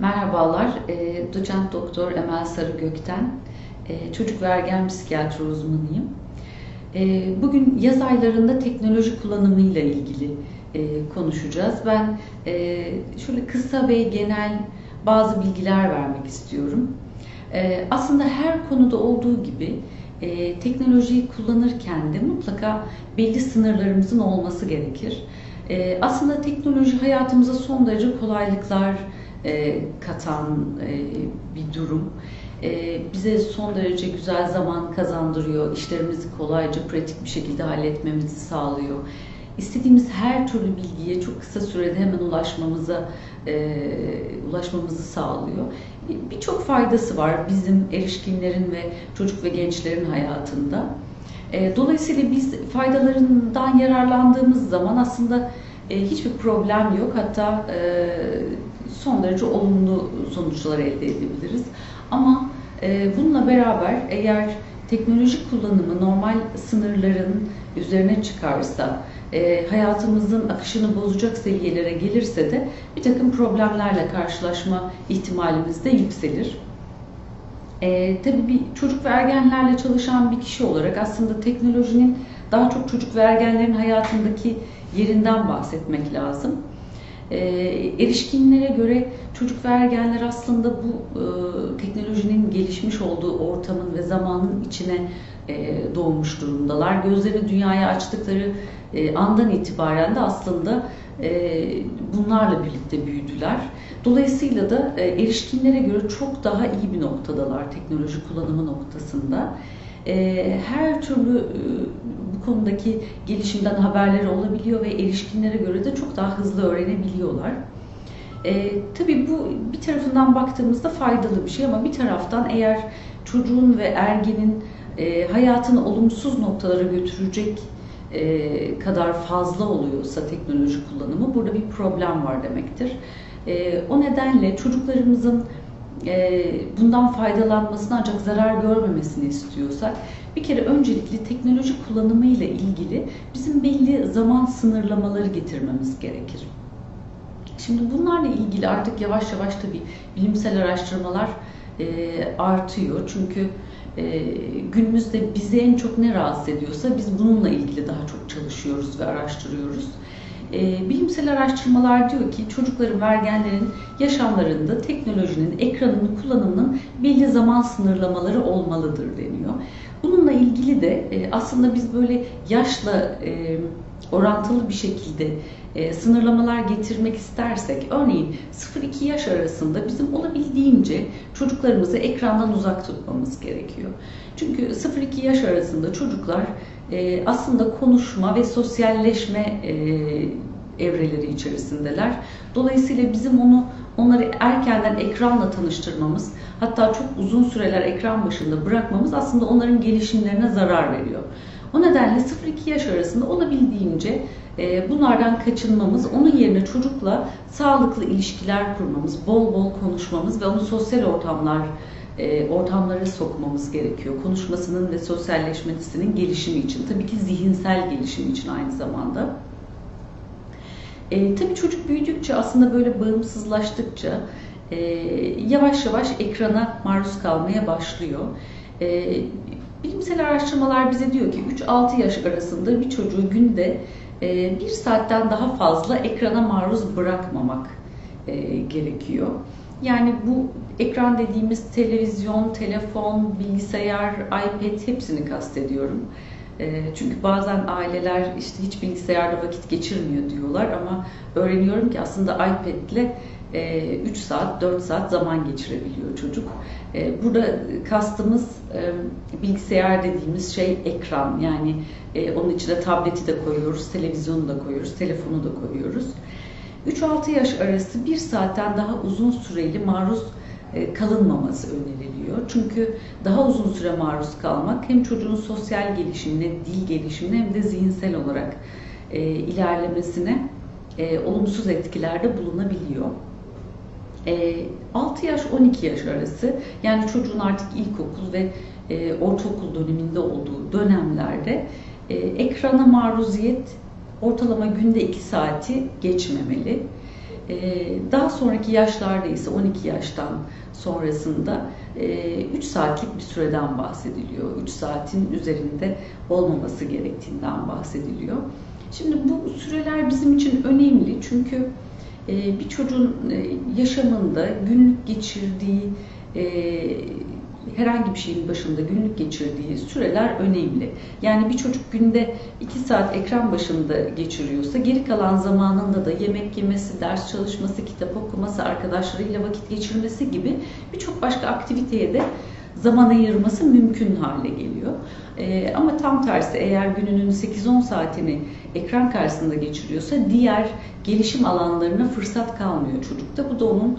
Merhabalar, Doçent Doktor Emel Sarıgök'ten çocuk ve ergen psikiyatri uzmanıyım. Bugün yaz aylarında teknoloji kullanımıyla ilgili konuşacağız. Ben şöyle kısa ve genel bazı bilgiler vermek istiyorum. Aslında her konuda olduğu gibi teknolojiyi kullanırken de mutlaka belli sınırlarımızın olması gerekir. Aslında teknoloji hayatımıza son derece kolaylıklar katan bir durum. Bize son derece güzel zaman kazandırıyor, işlerimizi kolayca, pratik bir şekilde halletmemizi sağlıyor. İstediğimiz her türlü bilgiye çok kısa sürede hemen ulaşmamızı sağlıyor. Birçok faydası var bizim erişkinlerin ve çocuk ve gençlerin hayatında. Dolayısıyla biz faydalarından yararlandığımız zaman aslında hiçbir problem yok. Hatta son derece olumlu sonuçlar elde edebiliriz. Ama bununla beraber eğer teknoloji kullanımı normal sınırların üzerine çıkarsa, hayatımızın akışını bozacak seviyelere gelirse de bir takım problemlerle karşılaşma ihtimalimiz de yükselir. Tabii bir çocuk ve ergenlerle çalışan bir kişi olarak aslında teknolojinin daha çok çocuk ve ergenlerin hayatındaki yerinden bahsetmek lazım. Erişkinlere göre çocuk ve ergenler aslında bu teknolojinin gelişmiş olduğu ortamın ve zamanın içine doğmuş durumdalar. Gözlerini dünyaya açtıkları andan itibaren de aslında bunlarla birlikte büyüdüler. Dolayısıyla da erişkinlere göre çok daha iyi bir noktadalar teknoloji kullanımı noktasında. Her türlü bu konudaki gelişimden haberleri olabiliyor ve erişkinlere göre de çok daha hızlı öğrenebiliyorlar. Tabii bu bir tarafından baktığımızda faydalı bir şey ama bir taraftan eğer çocuğun ve ergenin hayatını olumsuz noktalara götürecek kadar fazla oluyorsa teknoloji kullanımı burada bir problem var demektir. O nedenle çocuklarımızın bundan faydalanmasını ancak zarar görmemesini istiyorsak bir kere öncelikle teknoloji kullanımı ile ilgili bizim belli zaman sınırlamaları getirmemiz gerekir. Şimdi bunlarla ilgili artık yavaş yavaş tabii bilimsel araştırmalar artıyor. Çünkü günümüzde bizi en çok ne rahatsız ediyorsa biz bununla ilgili daha çok çalışıyoruz ve araştırıyoruz. Bilimsel araştırmalar diyor ki çocukların ve ergenlerin yaşamlarında teknolojinin, ekranının kullanımının belli zaman sınırlamaları olmalıdır deniyor. Bununla ilgili de aslında biz böyle yaşla orantılı bir şekilde sınırlamalar getirmek istersek, örneğin 0-2 yaş arasında bizim olabildiğince çocuklarımızı ekrandan uzak tutmamız gerekiyor. Çünkü 0-2 yaş arasında çocuklar aslında konuşma ve sosyalleşme evreleri içerisindeler. Dolayısıyla bizim onları erkenden ekranla tanıştırmamız, hatta çok uzun süreler ekran başında bırakmamız aslında onların gelişimlerine zarar veriyor. O nedenle 0-2 yaş arasında olabildiğince bunlardan kaçınmamız, onun yerine çocukla sağlıklı ilişkiler kurmamız, bol bol konuşmamız ve onu sosyal ortamlara sokmamız gerekiyor. Konuşmasının ve sosyalleşmesinin gelişimi için. Tabii ki zihinsel gelişim için aynı zamanda. Tabii çocuk büyüdükçe aslında böyle bağımsızlaştıkça yavaş yavaş ekrana maruz kalmaya başlıyor. Bilimsel araştırmalar bize diyor ki 3-6 yaş arasında bir çocuğu günde 1 saatten daha fazla ekrana maruz bırakmamak gerekiyor. Yani bu ekran dediğimiz televizyon, telefon, bilgisayar, iPad hepsini kastediyorum. Çünkü bazen aileler işte hiç bilgisayarda vakit geçirmiyor diyorlar ama öğreniyorum ki aslında iPad ile 3 saat, 4 saat zaman geçirebiliyor çocuk. Burada kastımız bilgisayar dediğimiz şey ekran. Yani onun içine tableti de koyuyoruz, televizyonu da koyuyoruz, telefonu da koyuyoruz. 3-6 yaş arası 1 saatten daha uzun süreli maruz kalınmaması öneriliyor. Çünkü daha uzun süre maruz kalmak hem çocuğun sosyal gelişimine, dil gelişimine hem de zihinsel olarak ilerlemesine olumsuz etkilerde bulunabiliyor. 6 yaş 12 yaş arası, yani çocuğun artık ilkokul ve ortaokul döneminde olduğu dönemlerde ekrana maruziyet ortalama günde 2 saati geçmemeli. Daha sonraki yaşlarda ise 12 yaştan sonrasında 3 saatlik bir süreden bahsediliyor. 3 saatin üzerinde olmaması gerektiğinden bahsediliyor. Şimdi bu süreler bizim için önemli çünkü bir çocuğun yaşamında günlük geçirdiği herhangi bir şeyin başında günlük geçirdiği süreler önemli. Yani bir çocuk günde 2 saat ekran başında geçiriyorsa geri kalan zamanında da yemek yemesi, ders çalışması, kitap okuması, arkadaşlarıyla vakit geçirmesi gibi birçok başka aktiviteye de zaman ayırması mümkün hale geliyor. Ama tam tersi eğer gününün 8-10 saatini ekran karşısında geçiriyorsa diğer gelişim alanlarına fırsat kalmıyor çocukta. Bu da onun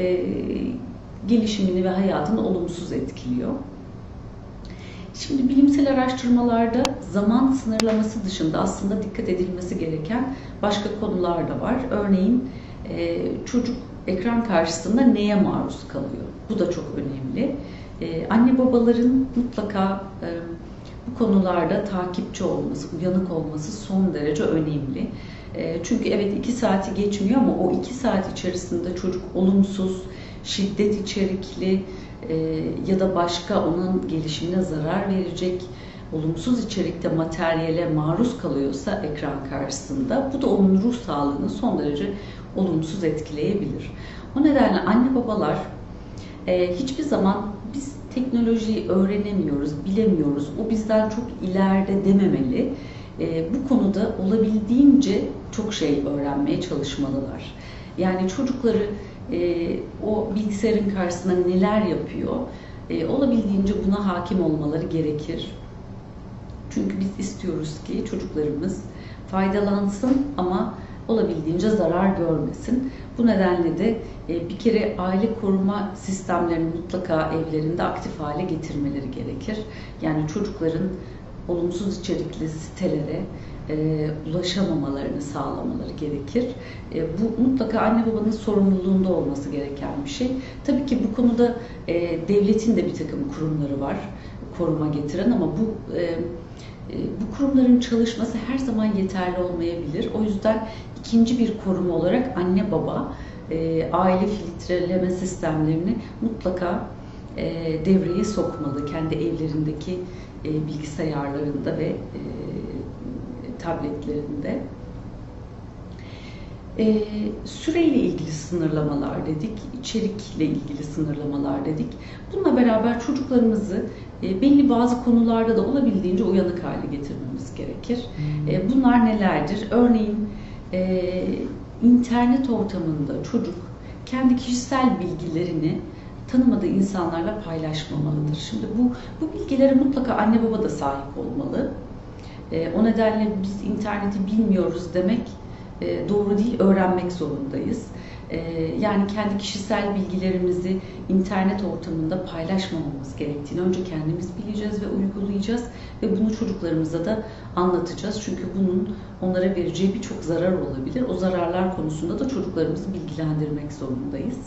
gelişimini ve hayatını olumsuz etkiliyor. Şimdi bilimsel araştırmalarda zaman sınırlaması dışında aslında dikkat edilmesi gereken başka konular da var. Örneğin çocuk ekran karşısında neye maruz kalıyor? Bu da çok önemli. Anne babaların mutlaka bu konularda takipçi olması, uyanık olması son derece önemli. Çünkü evet 2 saati geçmiyor ama o 2 saat içerisinde çocuk olumsuz, şiddet içerikli ya da başka onun gelişimine zarar verecek olumsuz içerikte materyale maruz kalıyorsa ekran karşısında bu da onun ruh sağlığını son derece olumsuz etkileyebilir. O nedenle anne babalar hiçbir zaman biz teknolojiyi öğrenemiyoruz, bilemiyoruz, o bizden çok ileride dememeli. Bu konuda olabildiğince çok şey öğrenmeye çalışmalılar. Yani çocukları o bilgisayarın karşısında neler yapıyor, olabildiğince buna hakim olmaları gerekir. Çünkü biz istiyoruz ki çocuklarımız faydalansın ama olabildiğince zarar görmesin. Bu nedenle de bir kere aile koruma sistemlerini mutlaka evlerinde aktif hale getirmeleri gerekir. Yani çocukların olumsuz içerikli sitelere ulaşamamalarını sağlamaları gerekir. Bu mutlaka anne babanın sorumluluğunda olması gereken bir şey. Tabii ki bu konuda devletin de bir takım kurumları var koruma getiren ama bu kurumların çalışması her zaman yeterli olmayabilir. O yüzden ikinci bir koruma olarak anne baba aile filtreleme sistemlerini mutlaka devreye sokmalı. Kendi evlerindeki bilgisayarlarında ve tabletlerinde. Süreyle ilgili sınırlamalar dedik, içerikle ilgili sınırlamalar dedik. Bununla beraber çocuklarımızı belli bazı konularda da olabildiğince uyanık hale getirmemiz gerekir. Bunlar nelerdir? Örneğin internet ortamında çocuk kendi kişisel bilgilerini tanımadığı insanlarla paylaşmamalıdır. Şimdi bu bilgilere mutlaka anne baba da sahip olmalı. O nedenle biz interneti bilmiyoruz demek doğru değil, öğrenmek zorundayız. Yani kendi kişisel bilgilerimizi internet ortamında paylaşmamamız gerektiğini önce kendimiz bileceğiz ve uygulayacağız ve bunu çocuklarımıza da anlatacağız. Çünkü bunun onlara vereceği birçok zarar olabilir. O zararlar konusunda da çocuklarımızı bilgilendirmek zorundayız.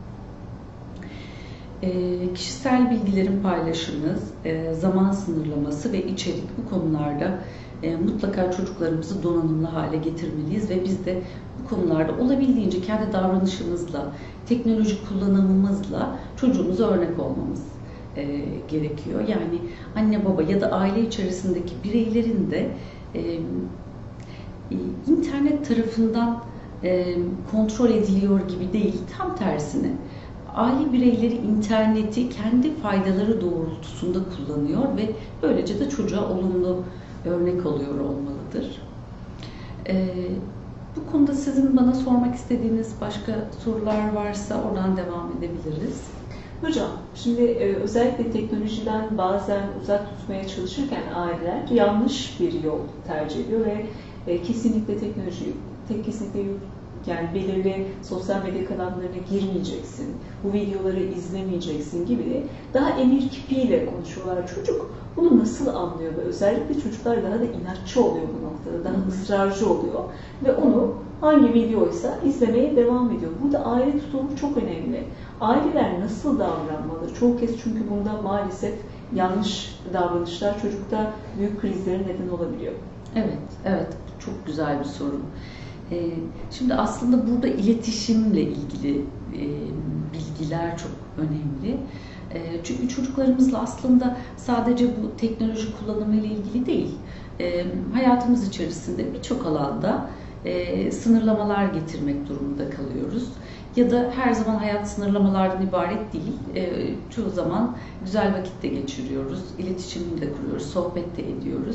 Kişisel bilgilerin paylaşımı, zaman sınırlaması ve içerik bu konularda mutlaka çocuklarımızı donanımlı hale getirmeliyiz ve biz de bu konularda olabildiğince kendi davranışımızla, teknoloji kullanımımızla çocuğumuza örnek olmamız gerekiyor. Yani anne baba ya da aile içerisindeki bireylerin de internet tarafından kontrol ediliyor gibi değil, tam tersine. Aile bireyleri interneti kendi faydaları doğrultusunda kullanıyor ve böylece de çocuğa olumlu örnek oluyor olmalıdır. Bu konuda sizin bana sormak istediğiniz başka sorular varsa oradan devam edebiliriz. Hocam, şimdi özellikle teknolojiden bazen uzak tutmaya çalışırken aileler yanlış bir yol tercih ediyor ve kesinlikle kesinlikle yani belirli sosyal medya kanallarına girmeyeceksin, bu videoları izlemeyeceksin gibi daha emir kipiyle konuşuyorlar. Çocuk bunu nasıl anlıyor ve özellikle çocuklar daha da inatçı oluyor bu noktada, daha ısrarcı oluyor ve onu hangi videoysa izlemeye devam ediyor. Burada aile tutumu çok önemli. Aileler nasıl davranmalı? Çoğu kez çünkü bunda maalesef yanlış davranışlar çocukta büyük krizlere neden olabiliyor. Evet, çok güzel bir soru. Şimdi aslında burada iletişimle ilgili bilgiler çok önemli. Çünkü çocuklarımızla aslında sadece bu teknoloji kullanımı ile ilgili değil, hayatımız içerisinde birçok alanda sınırlamalar getirmek durumunda kalıyoruz. Ya da her zaman hayat sınırlamalardan ibaret değil. Çoğu zaman güzel vakit de geçiriyoruz, iletişim de kuruyoruz, sohbet de ediyoruz.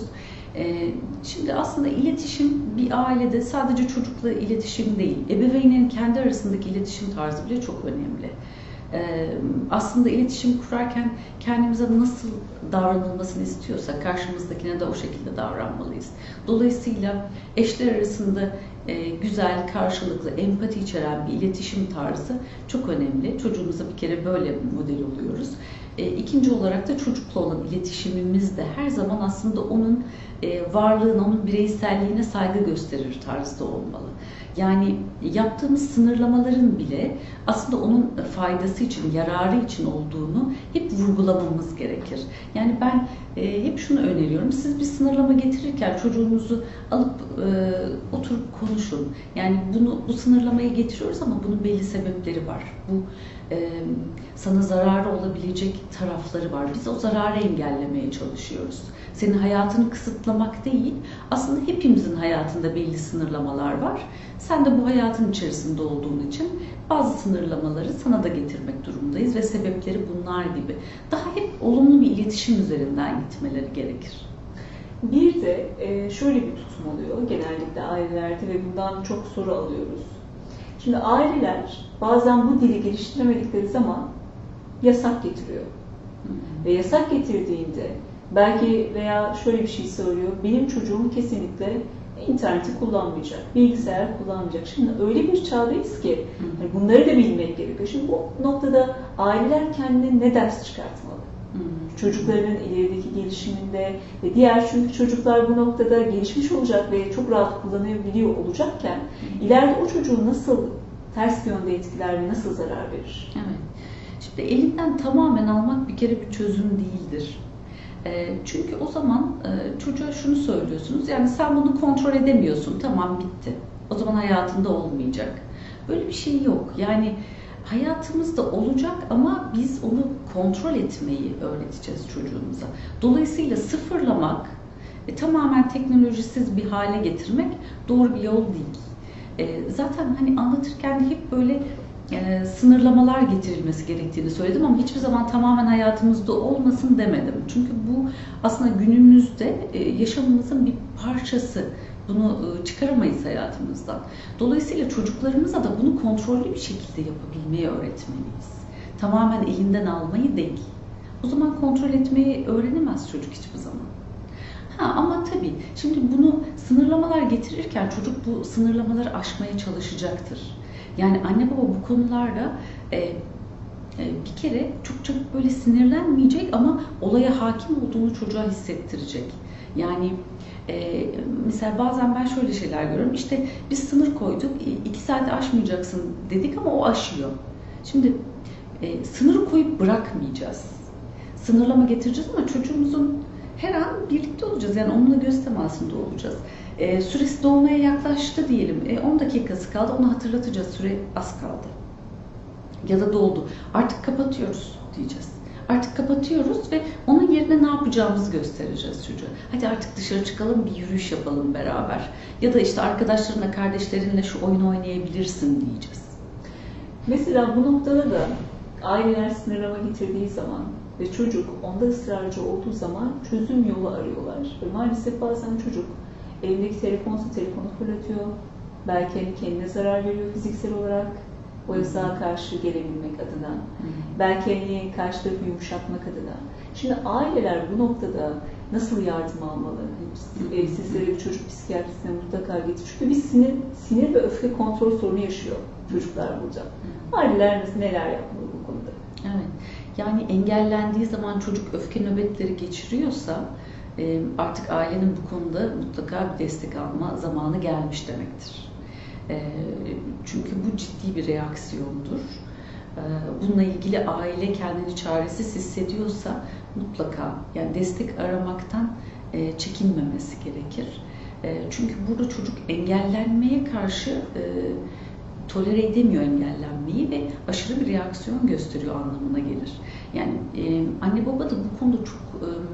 Şimdi aslında iletişim bir ailede sadece çocukla iletişim değil, ebeveynlerin kendi arasındaki iletişim tarzı bile çok önemli. Aslında iletişim kurarken kendimize nasıl davranılmasını istiyorsak karşımızdakine de o şekilde davranmalıyız. Dolayısıyla eşler arasında güzel, karşılıklı, empati içeren bir iletişim tarzı çok önemli. Çocuğumuza bir kere böyle model oluyoruz. İkinci olarak da çocukla olan iletişimimiz de her zaman aslında onun varlığına, onun bireyselliğine saygı gösterir tarzda olmalı. Yani yaptığımız sınırlamaların bile aslında onun faydası için, yararı için olduğunu hep vurgulamamız gerekir. Yani ben hep şunu öneriyorum, siz bir sınırlama getirirken çocuğunuzu alıp oturup konuşun. Yani bu sınırlamayı getiriyoruz ama bunun belli sebepleri var. Bu sana zararı olabilecek tarafları var. Biz o zararı engellemeye çalışıyoruz. Senin hayatını kısıtlamak değil, aslında hepimizin hayatında belli sınırlamalar var. Sen de bu hayatın içerisinde olduğun için bazı sınırlamaları sana da getirmek durumundayız ve sebepleri bunlar gibi. Daha hep olumlu bir iletişim üzerinden gitmeleri gerekir. Bir de şöyle bir tutum oluyor genellikle ailelerde ve bundan çok soru alıyoruz. Şimdi aileler bazen bu dili geliştiremedikleri zaman yasak getiriyor. Ve yasak getirdiğinde belki veya şöyle bir şey söylüyor, benim çocuğum kesinlikle interneti kullanmayacak, bilgisayar kullanmayacak. Şimdi öyle bir çağdayız ki bunları da bilmek gerekiyor. Şimdi bu noktada aileler kendine ne ders çıkartmalı? Çocuklarının ilerideki gelişiminde ve diğer, çünkü çocuklar bu noktada gelişmiş olacak ve çok rahat kullanabiliyor olacakken ileride o çocuğu nasıl ters yönde etkiler ve nasıl zarar verir? Evet. Şimdi elinden tamamen almak bir kere bir çözüm değildir. Çünkü o zaman çocuğa şunu söylüyorsunuz, yani sen bunu kontrol edemiyorsun, tamam bitti. O zaman hayatında olmayacak. Böyle bir şey yok. Yani hayatımızda olacak ama biz onu kontrol etmeyi öğreteceğiz çocuğumuza. Dolayısıyla sıfırlamak, tamamen teknolojisiz bir hale getirmek doğru bir yol değil. Zaten hani anlatırken de hep böyle sınırlamalar getirilmesi gerektiğini söyledim ama hiçbir zaman tamamen hayatımızda olmasın demedim. Çünkü bu aslında günümüzde yaşamımızın bir parçası. Bunu çıkaramayız hayatımızdan. Dolayısıyla çocuklarımıza da bunu kontrollü bir şekilde yapabilmeyi öğretmeliyiz. Tamamen elinden almayı değil. O zaman kontrol etmeyi öğrenemez çocuk hiçbir zaman. Ama tabii şimdi bunu sınırlamalar getirirken çocuk bu sınırlamaları aşmaya çalışacaktır. Yani anne baba bu konularda bir kere çok çabuk böyle sinirlenmeyecek ama olaya hakim olduğunu çocuğa hissettirecek. Yani mesela bazen ben şöyle şeyler görüyorum. İşte biz sınır koyduk, 2 saati aşmayacaksın dedik ama o aşıyor. Şimdi sınırı koyup bırakmayacağız. Sınırlama getireceğiz ama çocuğumuzun her an birlikte olacağız. Yani onunla göz temasında olacağız. Süresi dolmaya yaklaştı diyelim. 10 dakikası kaldı. Onu hatırlatacağız. Süre az kaldı. Ya da doldu. Artık kapatıyoruz diyeceğiz. Artık kapatıyoruz ve onun yerine ne yapacağımızı göstereceğiz çocuğa. Hadi artık dışarı çıkalım, bir yürüyüş yapalım beraber. Ya da işte arkadaşlarınla, kardeşlerinle şu oyunu oynayabilirsin diyeceğiz. Mesela bu noktada da aileler sınırlama getirdiği zaman ve çocuk onda ısrarcı olduğu zaman çözüm yolu arıyorlar. Ve maalesef bazen çocuk elindeki telefonsa telefonu fırlatıyor. Belki kendine zarar veriyor fiziksel olarak. O yasağa karşı gelebilmek adına. Belki karşı tarafı yumuşatmak adına. Şimdi aileler bu noktada nasıl yardım almalı? Sizlere bir çocuk psikiyatrisine mutlaka getir. Çünkü bir sinir ve öfke kontrol sorunu yaşıyor çocuklar burada. Aileler neler yapmalı bu konuda? Evet. Yani engellendiği zaman çocuk öfke nöbetleri geçiriyorsa artık ailenin bu konuda mutlaka bir destek alma zamanı gelmiş demektir. Çünkü bu ciddi bir reaksiyondur. Bununla ilgili aile kendini çaresiz hissediyorsa mutlaka yani destek aramaktan çekinmemesi gerekir. Çünkü burada çocuk engellenmeye karşı tolere edemiyor engellenmeyi ve aşırı bir reaksiyon gösteriyor anlamına gelir. Yani anne baba da bu konuda çok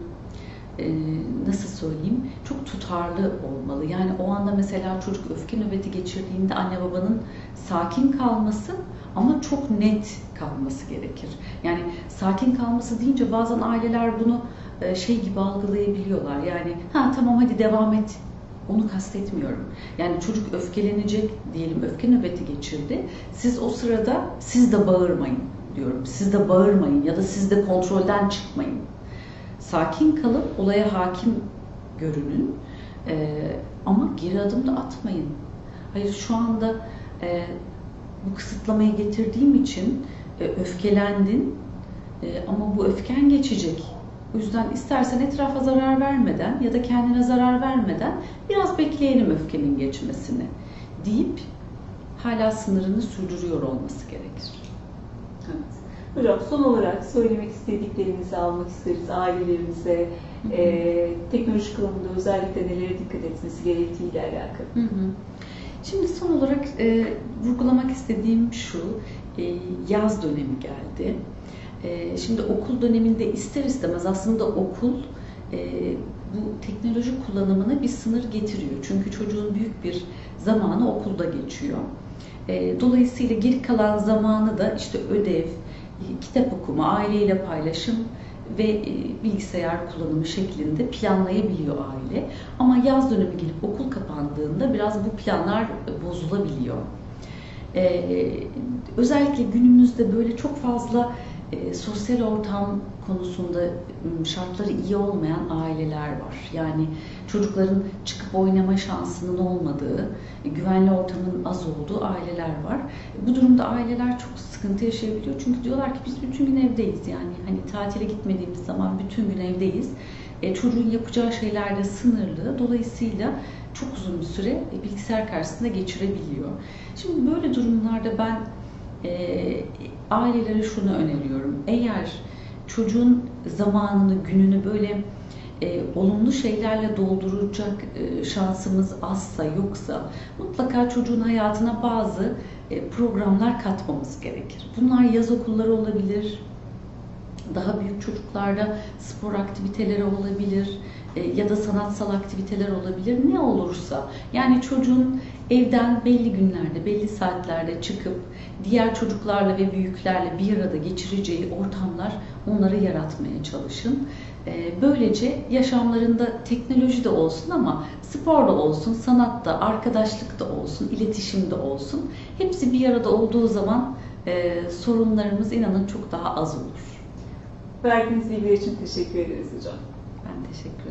nasıl söyleyeyim, çok tutarlı olmalı. Yani o anda mesela çocuk öfke nöbeti geçirdiğinde anne babanın sakin kalması ama çok net kalması gerekir. Yani sakin kalması deyince bazen aileler bunu şey gibi algılayabiliyorlar. Yani ha tamam hadi devam et. Onu kastetmiyorum. Yani çocuk öfkelenecek diyelim, öfke nöbeti geçirdi. Siz o sırada siz de bağırmayın diyorum. Siz de bağırmayın ya da siz de kontrolden çıkmayın. Sakin kalıp olaya hakim görünün. Ama geri adım da atmayın. Hayır şu anda bu kısıtlamayı getirdiğim için öfkelendin ama bu öfken geçecek. O yüzden istersen etrafa zarar vermeden ya da kendine zarar vermeden biraz bekleyelim öfkenin geçmesini deyip hala sınırını sürdürüyor olması gerekir. Evet. Hocam son olarak söylemek istediklerinizi almak isteriz ailelerimize. Teknoloji kullanımında özellikle nelere dikkat etmesi gerektiğiyle alakalı. Şimdi son olarak vurgulamak istediğim şu, yaz dönemi geldi. Şimdi okul döneminde ister istemez aslında okul bu teknoloji kullanımına bir sınır getiriyor. Çünkü çocuğun büyük bir zamanı okulda geçiyor. Dolayısıyla geri kalan zamanı da işte ödev, kitap okuma, aileyle paylaşım ve bilgisayar kullanımı şeklinde planlayabiliyor aile. Ama yaz dönemi gelip okul kapandığında biraz bu planlar bozulabiliyor. Özellikle günümüzde böyle çok fazla sosyal ortam konusunda şartları iyi olmayan aileler var. Yani çocukların çıkıp oynama şansının olmadığı, güvenli ortamın az olduğu aileler var. Bu durumda aileler çok sıkıntı yaşayabiliyor. Çünkü diyorlar ki biz bütün gün evdeyiz. Yani hani tatile gitmediğimiz zaman bütün gün evdeyiz. Çocuğun yapacağı şeyler de sınırlı. Dolayısıyla çok uzun bir süre bilgisayar karşısında geçirebiliyor. Şimdi böyle durumlarda ben ailelere şunu öneriyorum. Eğer çocuğun zamanını, gününü böyle olumlu şeylerle dolduracak şansımız azsa, yoksa mutlaka çocuğun hayatına bazı programlar katmamız gerekir. Bunlar yaz okulları olabilir, daha büyük çocuklarda spor aktiviteleri olabilir ya da sanatsal aktiviteler olabilir. Ne olursa yani çocuğun evden belli günlerde, belli saatlerde çıkıp diğer çocuklarla ve büyüklerle bir arada geçireceği ortamlar onları yaratmaya çalışın. Böylece yaşamlarında teknoloji de olsun ama spor da olsun, sanatta, arkadaşlık da olsun, iletişim de olsun. Hepsi bir arada olduğu zaman sorunlarımız inanın çok daha az olur. Verdiğiniz bilgiler için teşekkür ederiz hocam. Ben teşekkür ederim.